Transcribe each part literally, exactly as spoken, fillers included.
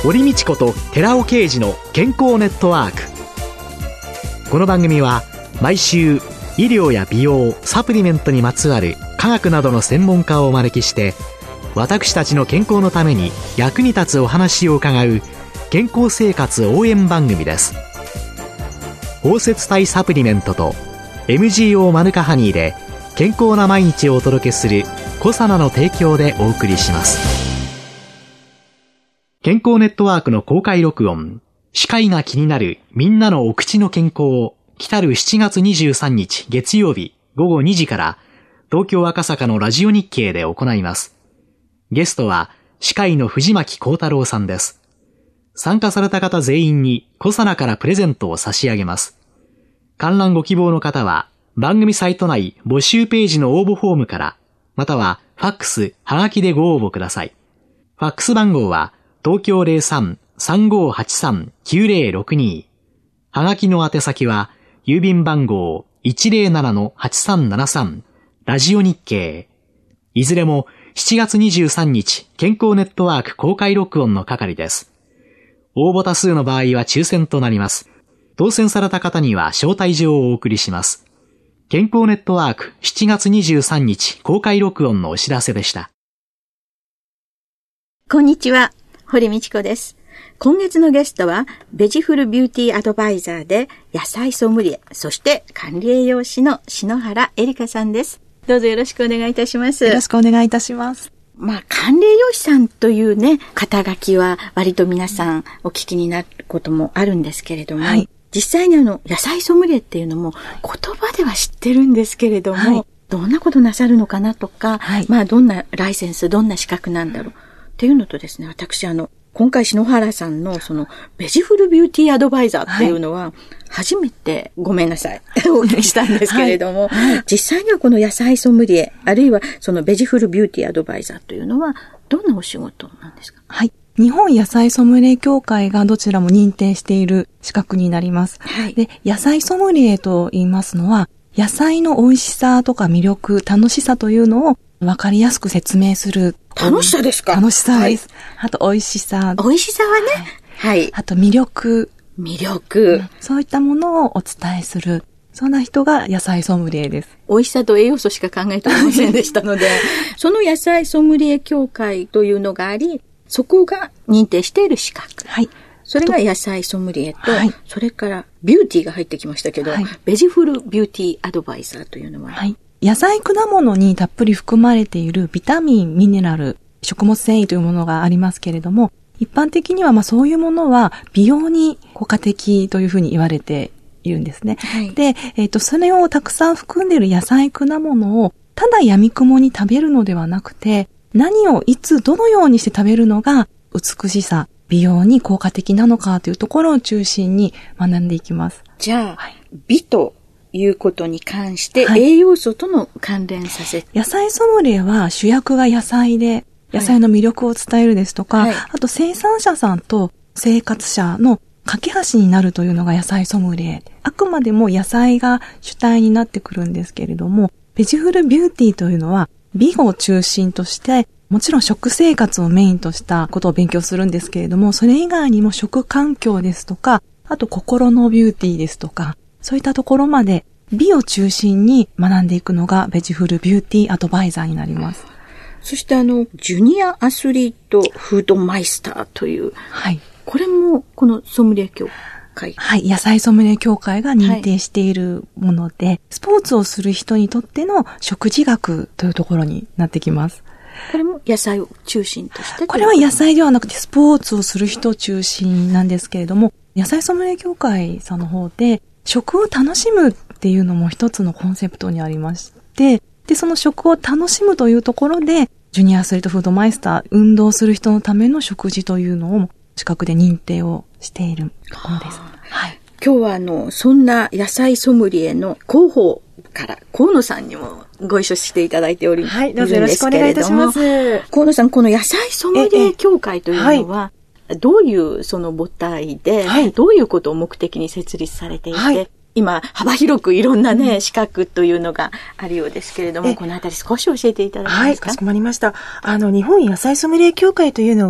堀道子と寺尾啓二の健康ネットワーク。この番組は毎週医療や美容、サプリメントにまつわる科学などの専門家をお招きして、私たちの健康のために役に立つお話を伺う健康生活応援番組です。包摂体サプリメントと エムジーオー マヌカハニーで健康な毎日をお届けするコサナの提供でお送りします。健康ネットワークの公開録音、歯科医が気になるみんなのお口の健康を来たるしちがつにじゅうさんにち月曜日ごごにじから東京赤坂のラジオ日経で行います。ゲストは歯科医の藤巻幸太郎さんです。参加された方全員にコサナからプレゼントを差し上げます。観覧ご希望の方は番組サイト内募集ページの応募フォームから、またはファックス、はがきでご応募ください。ファックス番号は東京 ゼロさん さんごはちさん きゅうゼロろくに。はがきの宛先は郵便番号 いちゼロななのはちさんななさん ラジオ日経。いずれもしちがつにじゅうさんにち健康ネットワーク公開録音の係です。応募多数の場合は抽選となります。当選された方には招待状をお送りします。健康ネットワークしちがつにじゅうさんにち公開録音のお知らせでした。 こんにちは、堀道子です。今月のゲストはベジフルビューティーアドバイザーで野菜ソムリエ、そして管理栄養士の篠原恵里香さんです。どうぞよろしくお願いいたします。 よろしくお願いいたします。 まあ、管理栄養士さんというね、肩書きは割と皆さんお聞きになることもあるんですけれども、はい、実際にあの、野菜ソムリエっていうのも言葉では知ってるんですけれども、はい、どんなことなさるのかなとか、はい、まあ、どんなライセンス、どんな資格なんだろうっていうのとですね、私あの、今回篠原さんのそのベジフルビューティーアドバイザーっていうのは初めてごめんなさいお聞きしたんですけれども、はいはい、実際にはこの野菜ソムリエあるいはそのベジフルビューティーアドバイザーというのはどんなお仕事なんですか？ はい。日本野菜ソムリエ協会がどちらも認定している資格になります。はい、で、野菜ソムリエと言いますのは野菜の美味しさとか魅力、楽しさというのをわかりやすく説明する。 楽しさですか？ 楽しさです。はい、あと美味しさ。 美味しさはね。はい。 あと魅力。 魅力、うん。 そういったものをお伝えする。そんな人が野菜ソムリエです。 美味しさと栄養素しか考えておりませんでしたので、その野菜ソムリエ協会というのがあり、そこが認定している資格。はい。それが野菜ソムリエと、はい、それからビューティーが入ってきましたけど、はい、ベジフルビューティーアドバイザーというのは、はい。 野菜果物にたっぷり含まれているビタミン、ミネラル、食物繊維というものがありますけれども、一般的にはまあそういうものは美容に効果的というふうに言われているんですね。はい、で、えっと、それをたくさん含んでいる野菜果物をただ闇雲に食べるのではなくて、何をいつどのようにして食べるのが美しさ、美容に効果的なのかというところを中心に学んでいきます。 じゃあ、はい、美ということに関して、栄養素との関連させて、 はい、野菜ソムリエは主役が野菜で、野菜の魅力を伝えるですとか、はい、あと生産者さんと生活者の架け橋になるというのが野菜ソムリエ。あくまでも野菜が主体になってくるんですけれども、ベジフルビューティーというのは美を中心として、もちろん食生活をメインとしたことを勉強するんですけれども、それ以外にも食環境ですとか、あと心のビューティーですとか、そういったところまで美を中心に学んでいくのがベジフルビューティーアドバイザーになります。 そしてあの、ジュニアアスリートフードマイスターという、はい。これもこのソムリエ協会。 はい。野菜ソムリエ協会が認定しているもので、はい、スポーツをする人にとっての食事学というところになってきます。 これも野菜を中心として？ これは野菜ではなくてスポーツをする人中心なんですけれども、野菜ソムリエ協会さんの方で食を楽しむっていうのも一つのコンセプトにありまして、で、その食を楽しむというところで、ジュニアアスリートフードマイスター、運動する人のための食事というのを資格で認定をしているところです。 はい。今日はあの、そんな野菜ソムリエの広報から河野さんにもご一緒していただいております。はい、 どうぞよろしくお願いいたします。 河野さん、この野菜ソムリエ協会というのは、どういうその母体で、はい、どういうことを目的に設立されていて、はい、今幅広くいろんなね、うん、資格というのがあるようですけれども、このあたり少し教えていただけますか？ はい、かしこまりました。あの、日本野菜ソムリエ協会というのは、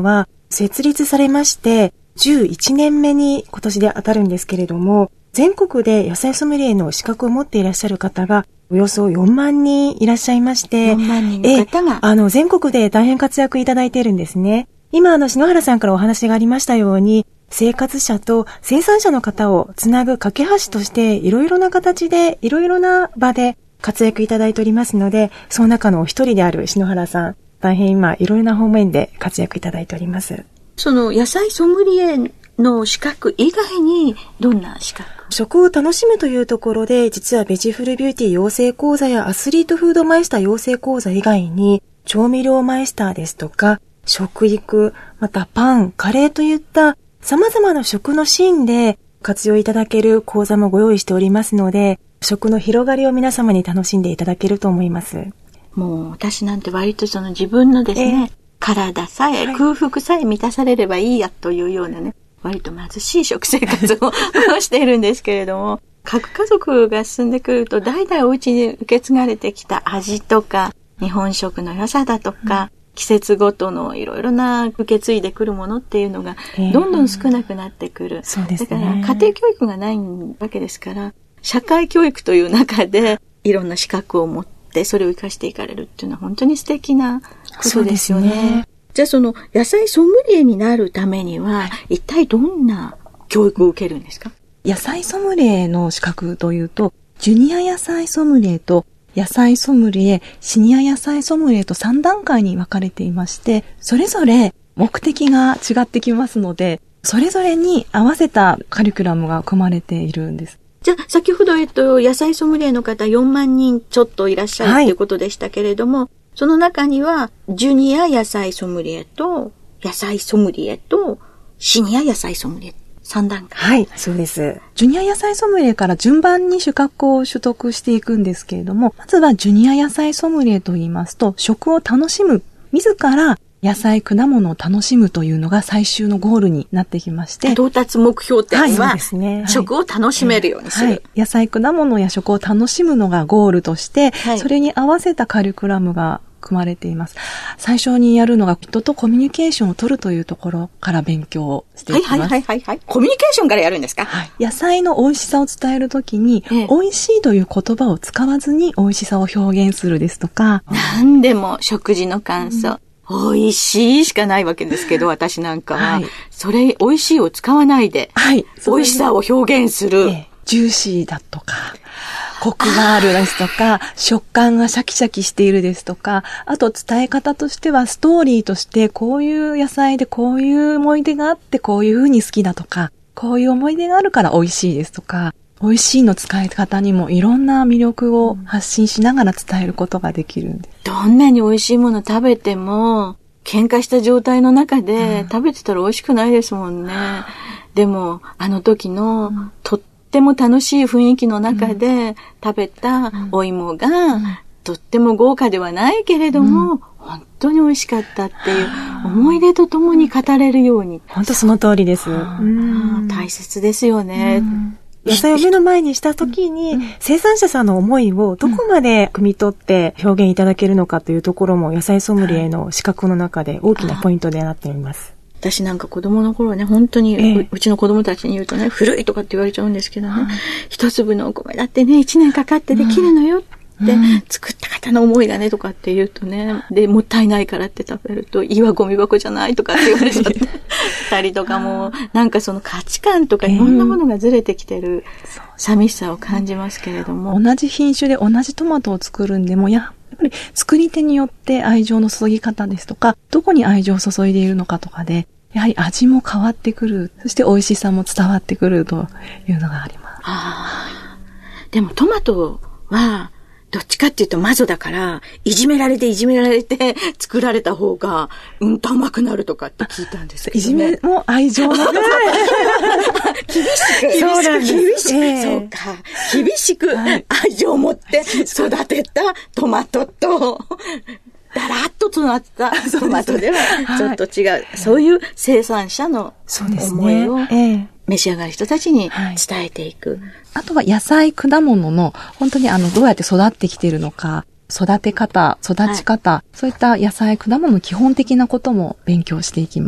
設立されまして、じゅういちねんめに今年で当たるんですけれども、全国で野菜ソムリエの資格を持っていらっしゃる方がおよそよんまんにんいらっしゃいまして、 よんまんにんの方が、 あの、全国で大変活躍いただいているんですね。今、あの、篠原さんからお話がありましたように、生活者と生産者の方をつなぐ架け橋として、いろいろな形で、いろいろな場で活躍いただいておりますので、その中のお一人である篠原さん、大変今、いろいろな方面で活躍いただいております。 その野菜ソムリエの資格以外にどんな資格？ 食を楽しむというところで、実はベジフルビューティー養成講座やアスリートフードマイスター養成講座以外に、調味料マイスターですとか、食育、またパン、カレーといった様々な食のシーンで活用いただける講座もご用意しておりますので、食の広がりを皆様に楽しんでいただけると思います。 もう私なんて割とその自分のですね、えー体さえ、はい、空腹さえ満たされればいいやというようなね、割と貧しい食生活をしているんですけれども、核家族が進んでくると代々お家に受け継がれてきた味とか、日本食の良さだとか、うん、季節ごとのいろいろな受け継いでくるものっていうのがどんどん少なくなってくる。 えー、そうですね。 だから家庭教育がないわけですから、社会教育という中でいろんな資格を持ってそれを生かしていかれるっていうのは本当に素敵なことですよね。そうですね。じゃあその野菜ソムリエになるためには、はい、一体どんな教育を受けるんですか？ 野菜ソムリエの資格というと、ジュニア野菜ソムリエと野菜ソムリエ、シニア野菜ソムリエとさんだんかいに分かれていまして、それぞれ目的が違ってきますので、それぞれに合わせたカリキュラムが組まれているんです。 じゃあ先ほど、えっと、野菜ソムリエの方よんまんにんちょっといらっしゃるということでしたけれども、はい、その中には、ジュニア野菜ソムリエと、野菜ソムリエと、シニア野菜ソムリエ、さんだんかい。 はい、そうです。 ジュニア野菜ソムリエから順番に資格を取得していくんですけれども、まずはジュニア野菜ソムリエと言いますと、食を楽しむ、自ら野菜、果物を楽しむというのが最終のゴールになってきまして。 到達目標点は、 はいね、 食を楽しめるようにする。はいはい、 野菜、果物や食を楽しむのがゴールとして、はい、それに合わせたカリキュラムが組まれています。最初にやるのが人とコミュニケーションを取るというところから勉強をしていきます。 はいはいはいはい。コミュニケーションからやるんですか？ はい。野菜の美味しさを伝えるときに、ええ、美味しいという言葉を使わずに美味しさを表現するですとか。 何でも食事の感想。うん美味しいしかないわけですけど、私なんかは、はい、それ美味しいを使わないで、はい、美味しさを表現する、ええ、 ジューシーだとか、コクがあるですとか、食感がシャキシャキしているですとか、あと伝え方としてはストーリーとしてこういう野菜でこういう思い出があってこういう風に好きだとか、こういう思い出があるから美味しいですとか、美味しいの使い方にもいろんな魅力を発信しながら伝えることができるんです。 どんなに美味しいもの食べても、喧嘩した状態の中で食べてたら美味しくないですもんね。うん、でも、あの時の、うん、とっても楽しい雰囲気の中で食べたお芋が、うん、とっても豪華ではないけれども、うん、本当に美味しかったっていう思い出とともに語れるように。 本当その通りです。うん、大切ですよね。 うん野菜を目の前にしたときに、うん、生産者さんの思いをどこまで汲み取って表現いただけるのかというところも野菜ソムリエの資格の中で大きなポイントでなっています。 私なんか子供の頃ね、本当に う,、ええ、うちの子供たちに言うとね、古いとかって言われちゃうんですけどね、うん、一粒のお米だってね、一年かかってできるのよって、うん、作った方の思いがねとかって言うとね、で、もったいないからって食べると、胃はゴミ箱じゃないとかって言われちゃってたりとかも、なんかその価値観とかいろんなものがずれてきてる寂しさを感じますけれども。 同じ品種で同じトマトを作るんでも、やっぱり作り手によって愛情の注ぎ方ですとか、どこに愛情を注いでいるのかとかで、やはり味も変わってくる。そして美味しさも伝わってくるというのがあります。 あでもトマトは、どっちかっていうとマゾだから、いじめられていじめられて作られた方が、うんと甘くなるとかって聞いたんですけど、ね。 いじめも愛情の厳しく、 そうなんです。 厳しく、えー、そうか。厳しく愛情を持って育てたトマトと、だらっと育ったトマトではちょっと違う。はい、そういう生産者の思いを召し上がる人たちに伝えていく。はい、 あとは野菜、果物の本当にあのどうやって育ってきているのか、育て方、育ち方、はい、そういった野菜、果物の基本的なことも勉強していきます。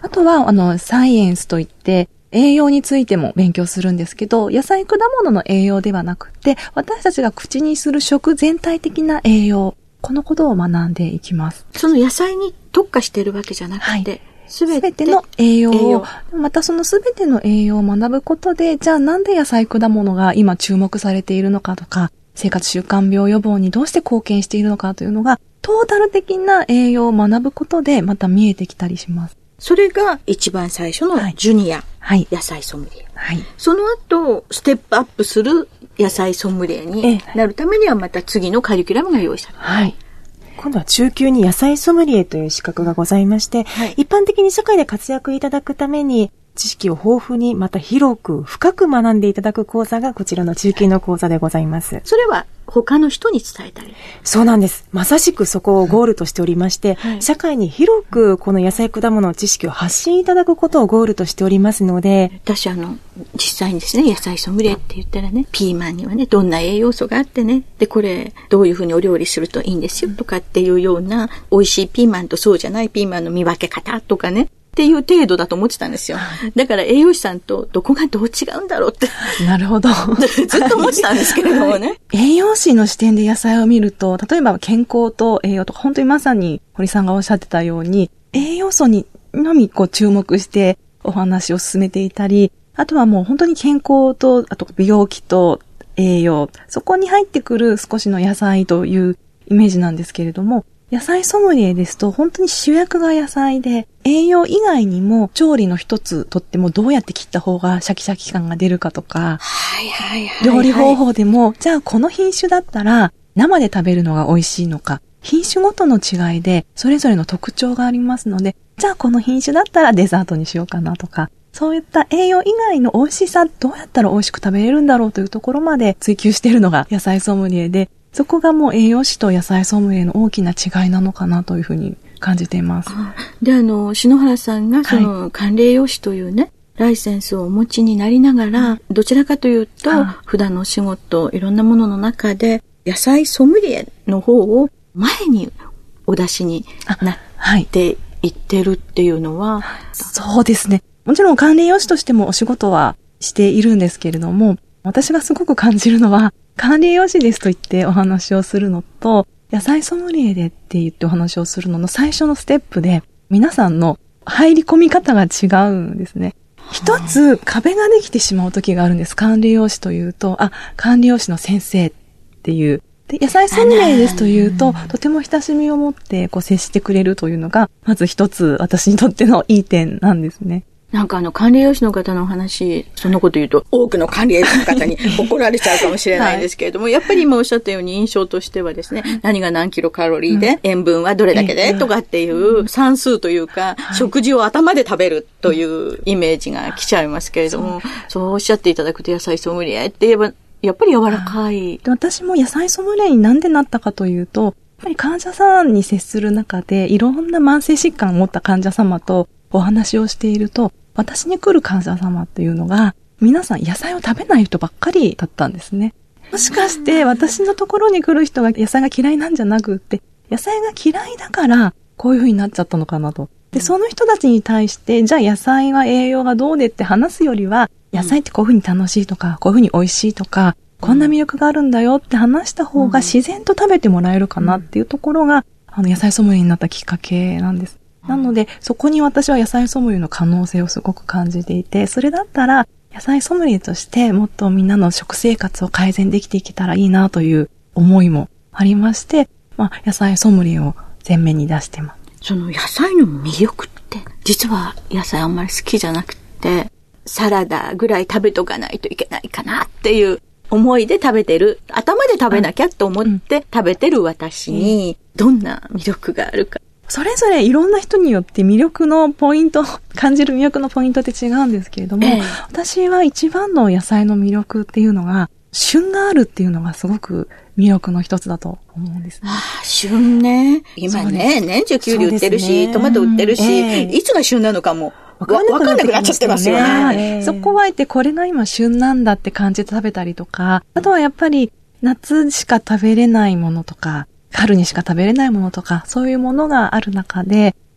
あとは、あの、サイエンスといって、栄養についても勉強するんですけど、野菜果物の栄養ではなくて、私たちが口にする食全体的な栄養、このことを学んでいきます。 その野菜に特化しているわけじゃなくて、すべ、はい、 ての栄養を、またそのすべての栄養を学ぶことで、じゃあなんで野菜果物が今注目されているのかとか、生活習慣病予防にどうして貢献しているのかというのが、トータル的な栄養を学ぶことでまた見えてきたりします。 それが一番最初のジュニア、はい、野菜ソムリエ。はい、その後、ステップアップする野菜ソムリエになるためにはまた次のカリキュラムが用意される。はい。 今度は中級に野菜ソムリエという資格がございまして、はい、一般的に社会で活躍いただくために知識を豊富にまた広く深く学んでいただく講座がこちらの中級の講座でございます。 それは他の人に伝えたり。 そうなんです。まさしくそこをゴールとしておりまして、はい、社会に広くこの野菜果物の知識を発信いただくことをゴールとしておりますので、 私あの実際にですね、野菜ソムリエって言ったらね、ピーマンにはねどんな栄養素があってね、でこれどういうふうにお料理するといいんですよとかっていうような、美味しいピーマンとそうじゃないピーマンの見分け方とかねっていう程度だと思ってたんですよ。だから栄養士さんとどこがどう違うんだろうって。 なるほど。 ずっと思ってたんですけれどもね。 栄養士の視点で野菜を見ると、例えば健康と栄養とか、本当にまさに堀さんがおっしゃってたように、栄養素にのみこう注目してお話を進めていたり、あとはもう本当に健康と、あと病気と栄養、そこに入ってくる少しの野菜というイメージなんですけれども、野菜ソムリエですと本当に主役が野菜で、栄養以外にも調理の一つとってもどうやって切った方がシャキシャキ感が出るかとか、はいはいはいはい、料理方法でも、じゃあこの品種だったら生で食べるのが美味しいのか、品種ごとの違いでそれぞれの特徴がありますので、じゃあこの品種だったらデザートにしようかなとか、そういった栄養以外の美味しさ、どうやったら美味しく食べれるんだろうというところまで追求しているのが野菜ソムリエで、そこがもう栄養士と野菜ソムリエの大きな違いなのかなというふうに感じています。 で、あの、篠原さんがその管理栄養士というね、はい、ライセンスをお持ちになりながら、どちらかというと、普段の仕事、いろんなものの中で、野菜ソムリエの方を前にお出しになっていってるっていうのは、はい、 そうですね。もちろん管理栄養士としてもお仕事はしているんですけれども、私がすごく感じるのは、管理栄養士ですと言ってお話をするのと、野菜ソムリエでって言ってお話をするのの最初のステップで、皆さんの入り込み方が違うんですね。一つ壁ができてしまう時があるんです。管理栄養士というと、あ、管理栄養士の先生っていう。で、野菜ソムリエですというと、とても親しみを持ってこう接してくれるというのが、まず一つ私にとってのいい点なんですね。 なんかあの管理栄養士の方のお話、そんなこと言うと多くの管理栄養士の方に怒られちゃうかもしれないんですけれども、はい、やっぱり今おっしゃったように印象としてはですね、何が何キロカロリーで、うん、塩分はどれだけでとかっていう算数というか、はい、食事を頭で食べるというイメージが来ちゃいますけれども、そうおっしゃっていただくと野菜ソムリエって言えばやっぱり柔らかい。 で、私も野菜ソムリエになんでなったかというと、やっぱり患者さんに接する中でいろんな慢性疾患を持った患者様とお話をしていると、私に来る患者様っていうのが、皆さん野菜を食べない人ばっかりだったんですね。もしかして私のところに来る人が野菜が嫌いなんじゃなくって、野菜が嫌いだからこういう風になっちゃったのかなと。で、その人たちに対して、じゃあ野菜は栄養がどうでって話すよりは、野菜ってこういう風に楽しいとか、こういう風に美味しいとか、こんな魅力があるんだよって話した方が自然と食べてもらえるかなっていうところが、あの野菜ソムリエになったきっかけなんです。なので、そこに私は野菜ソムリエの可能性をすごく感じていて、それだったら、野菜ソムリエとしてもっとみんなの食生活を改善できていけたらいいなという思いもありまして、まあ、野菜ソムリエを前面に出してます。 その野菜の魅力って、実は野菜あんまり好きじゃなくて、サラダぐらい食べとかないといけないかなっていう思いで食べてる、頭で食べなきゃと思って食べてる私に、どんな魅力があるか。 それぞれいろんな人によって魅力のポイント、感じる魅力のポイントって違うんですけれども、ええ、私は一番の野菜の魅力っていうのが、旬があるっていうのがすごく魅力の一つだと思うんですね。 ああ、旬ね。今ね、年中キュウリ売ってるし、ね、トマト売ってるし、ええ、いつが旬なのかもわかんなくなっちゃってますよね。 ええ、そこはあえてこれが今旬なんだって感じて食べたりとか、あとはやっぱり夏しか食べれないものとか、春にしか食べれないものとか、そういうものがある中で、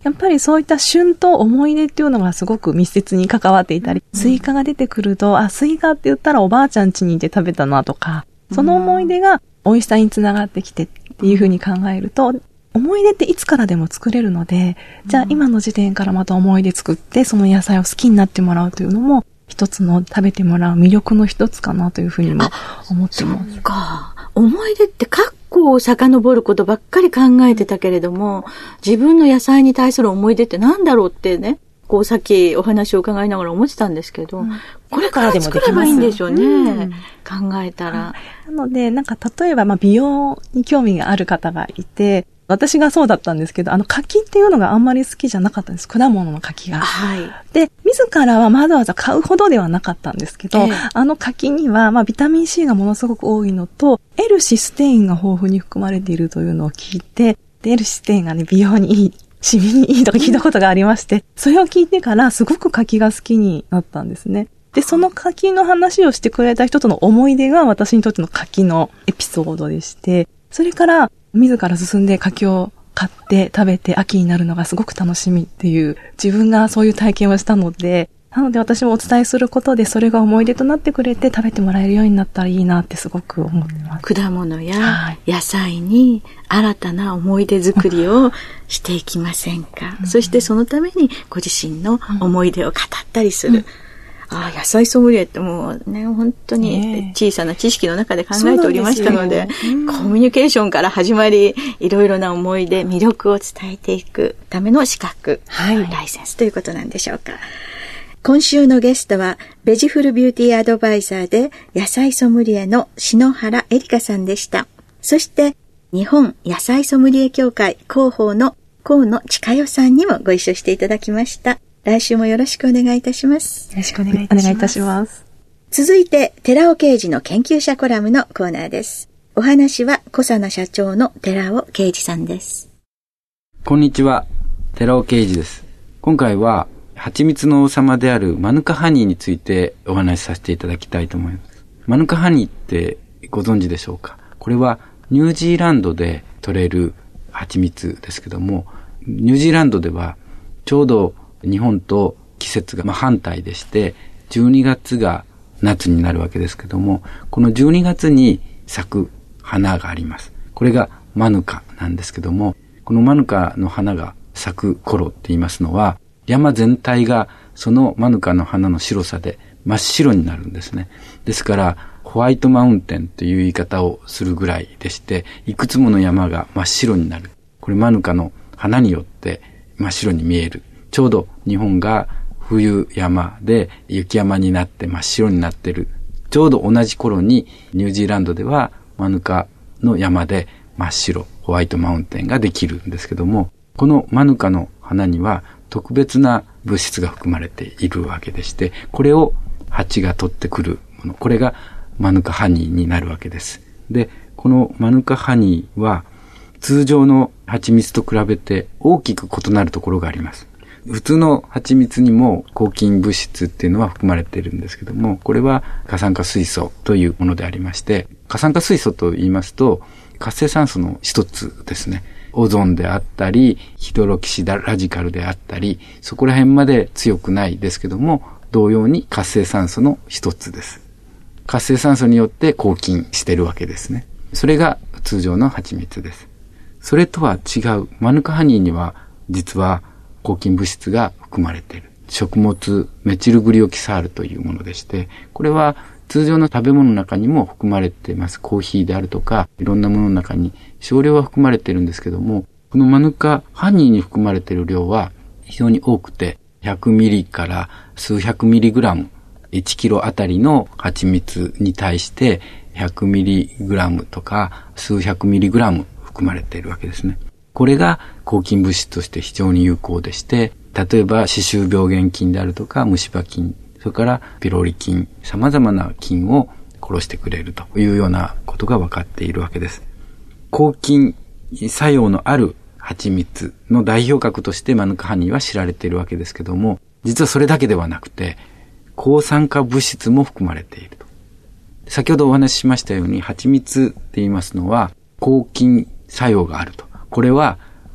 やっぱりそういった旬と思い出っていうのがすごく密接に関わっていたり、うん、スイカが出てくると、あ、スイカって言ったらおばあちゃん家にいて食べたなとか、その思い出が美味しさにつながってきてっていうふうに考えると、思い出っていつからでも作れるので、じゃあ今の時点からまた思い出作って、その野菜を好きになってもらうというのも、一つの食べてもらう魅力の一つかなというふうにも思ってます。 そうか。思い出って過去を遡ることばっかり考えてたけれども、自分の野菜に対する思い出って何だろうってね、こうさっきお話を伺いながら思ってたんですけど、うん、これからでもできればいいんでしょうね。うん、考えたら。 なので、なんか例えば、まあ、美容に興味がある方がいて、私がそうだったんですけど、あの柿っていうのがあんまり好きじゃなかったんです。果物の柿が。 はい。 で、自らはわざわざ買うほどではなかったんですけど、えー、あの柿には、まあ、ビタミン C がものすごく多いのと、L システインが豊富に含まれているというのを聞いて、で、L システインがね、美容にいい、シミにいいとか聞いたことがありまして、それを聞いてからすごく柿が好きになったんですね。で、その柿の話をしてくれた人との思い出が私にとっての柿のエピソードでして、それから自ら進んで柿を買って食べて秋になるのがすごく楽しみっていう、自分がそういう体験をしたので、なので私もお伝えすることでそれが思い出となってくれて食べてもらえるようになったらいいなってすごく思ってます。 果物や野菜に新たな思い出作りをしていきませんか、うん、そしてそのためにご自身の思い出を語ったりする、うんうん、ああ、野菜ソムリエってもうね、本当に小さな知識の中で考えておりましたので、でうん、コミュニケーションから始まり、いろいろな思い出、魅力を伝えていくための資格、はい、ライセンスということなんでしょうか。今週のゲストは、ベジフルビューティーアドバイザーで野菜ソムリエの篠原恵里香さんでした。そして、日本野菜ソムリエ協会広報の河野千佳代さんにもご一緒していただきました。来週もよろしくお願いいたします。 よろしくお願いいたします。お願いいたします。 続いて、寺尾啓二の研究者コラムのコーナーです。お話は、小佐奈社長の寺尾啓二さんです。 こんにちは、寺尾啓二です。今回は、蜂蜜の王様であるマヌカハニーについてお話しさせていただきたいと思います。マヌカハニーってご存知でしょうか？これはニュージーランドで取れる蜂蜜ですけども、ニュージーランドではちょうど日本と季節がまあ反対でして、じゅうにがつが夏になるわけですけども、このじゅうにがつに咲く花があります。これがマヌカなんですけども、このマヌカの花が咲く頃って言いますのは、山全体がそのマヌカの花の白さで真っ白になるんですね。ですからホワイトマウンテンという言い方をするぐらいでして、いくつもの山が真っ白になる。これマヌカの花によって真っ白に見える。ちょうど日本が冬山で雪山になって真っ白になっている。ちょうど同じ頃にニュージーランドではマヌカの山で真っ白、ホワイトマウンテンができるんですけども、このマヌカの花には特別な物質が含まれているわけでして、これを蜂が取ってくるもの、これがマヌカハニーになるわけです。で、このマヌカハニーは通常の蜂蜜と比べて大きく異なるところがあります。普通の蜂蜜にも抗菌物質っていうのは含まれているんですけども、これは過酸化水素というものでありまして、過酸化水素と言いますと活性酸素の一つですね。オゾンであったり、ヒドロキシダラジカルであったり、そこら辺まで強くないですけども、同様に活性酸素の一つです。活性酸素によって抗菌しているわけですね。それが通常の蜂蜜です。それとは違う、マヌカハニーには実は抗菌物質が含まれている。食物メチルグリオキサールというものでして、これは通常の食べ物の中にも含まれています。コーヒーであるとか、いろんなものの中に少量は含まれているんですけども、このマヌカハニーに含まれている量は非常に多くて、ひゃくミリから数百ミリグラム、いちキロあたりの蜂蜜に対してひゃくミリグラムとか数百ミリグラム含まれているわけですね。これが抗菌物質として非常に有効でして、例えば歯周病原菌であるとか虫歯菌、それからピロリ菌、様々な菌を殺してくれるというようなことが分かっているわけです。抗菌作用のある蜂蜜の代表格としてマヌカハニーは知られているわけですけども、実はそれだけではなくて抗酸化物質も含まれていると。先ほどお話ししましたように、蜂蜜って言いますのは抗菌作用があると。これは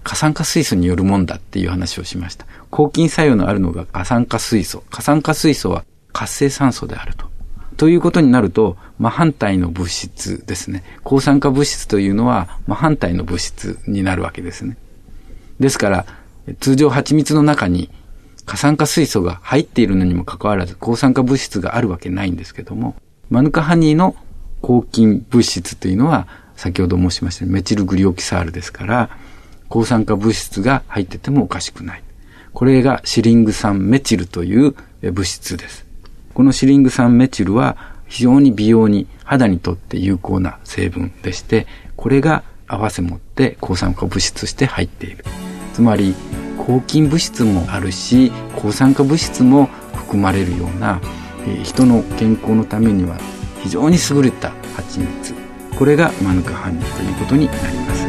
過酸化水素によるもんだっていう話をしました。抗菌作用のあるのが過酸化水素。過酸化水素は活性酸素であると。ということになると、真反対の物質ですね。抗酸化物質というのは真反対の物質になるわけですね。ですから、通常蜂蜜の中に過酸化水素が入っているのにもかかわらず抗酸化物質があるわけないんですけども、マヌカハニーの抗菌物質というのは先ほど申しましたメチルグリオキサールですから、抗酸化物質が入っててもおかしくない。これがシリング酸メチルという物質です。このシリング酸メチルは非常に美容に肌にとって有効な成分でして、これが合わせ持って抗酸化物質として入っている。つまり抗菌物質もあるし抗酸化物質も含まれるような、えー、人の健康のためには非常に優れた蜂蜜、これがマヌカハニーということになります。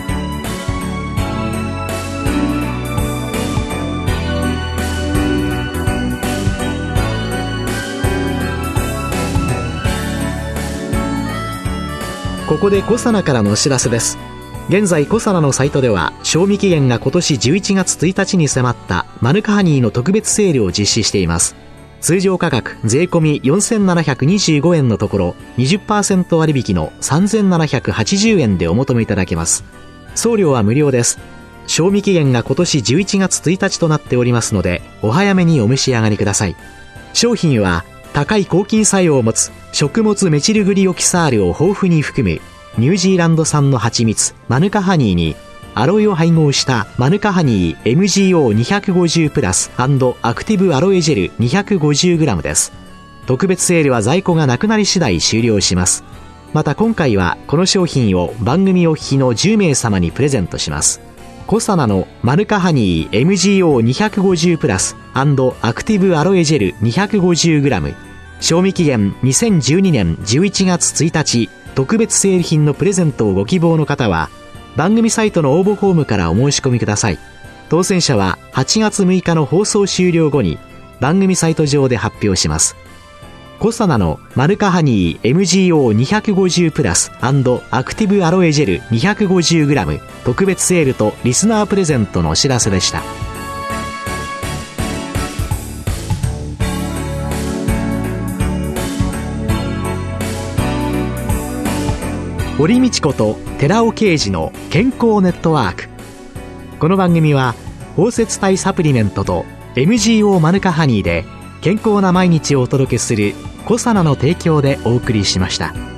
ここでコサナからのお知らせです。現在コサナのサイトでは賞味期限が今年じゅういちがつついたちに迫ったマヌカハニーの特別セールを実施しています。通常価格税込みよんせんななひゃくにじゅうごえんのところ にじゅっパーセント 割引のさんぜんななひゃくはちじゅうえんでお求めいただけます。送料は無料です。賞味期限が今年じゅういちがつついたちとなっておりますので、お早めにお召し上がりください。商品は高い抗菌作用を持つ食物メチルグリオキサールを豊富に含むニュージーランド産の蜂蜜マヌカハニーにアロエを配合したマヌカハニー エムジーオーにひゃくごじゅう プラス&アクティブアロエジェル にひゃくごじゅうグラム です。特別セールは在庫がなくなり次第終了します。また今回はこの商品を番組お聞きのじゅうめいさまにプレゼントします。コサナのマヌカハニー エムジーオーにひゃくごじゅう プラス&アクティブアロエジェル にひゃくごじゅうグラム、賞味期限にせんじゅうにねんじゅういちがつついたち特別セール品のプレゼントをご希望の方は番組サイトの応募フォームからお申し込みください。当選者ははちがつむいかの放送終了後に番組サイト上で発表します。コサナのマヌカハニー エムジーオーにひゃくごじゅう プラス&アクティブアロエジェル にひゃくごじゅうグラム 特別セールとリスナープレゼントのお知らせでした。堀道子と寺尾啓二の健康ネットワーク。この番組は包摂体サプリメントと エムジーオー マヌカハニーで健康な毎日をお届けするコサナの提供でお送りしました。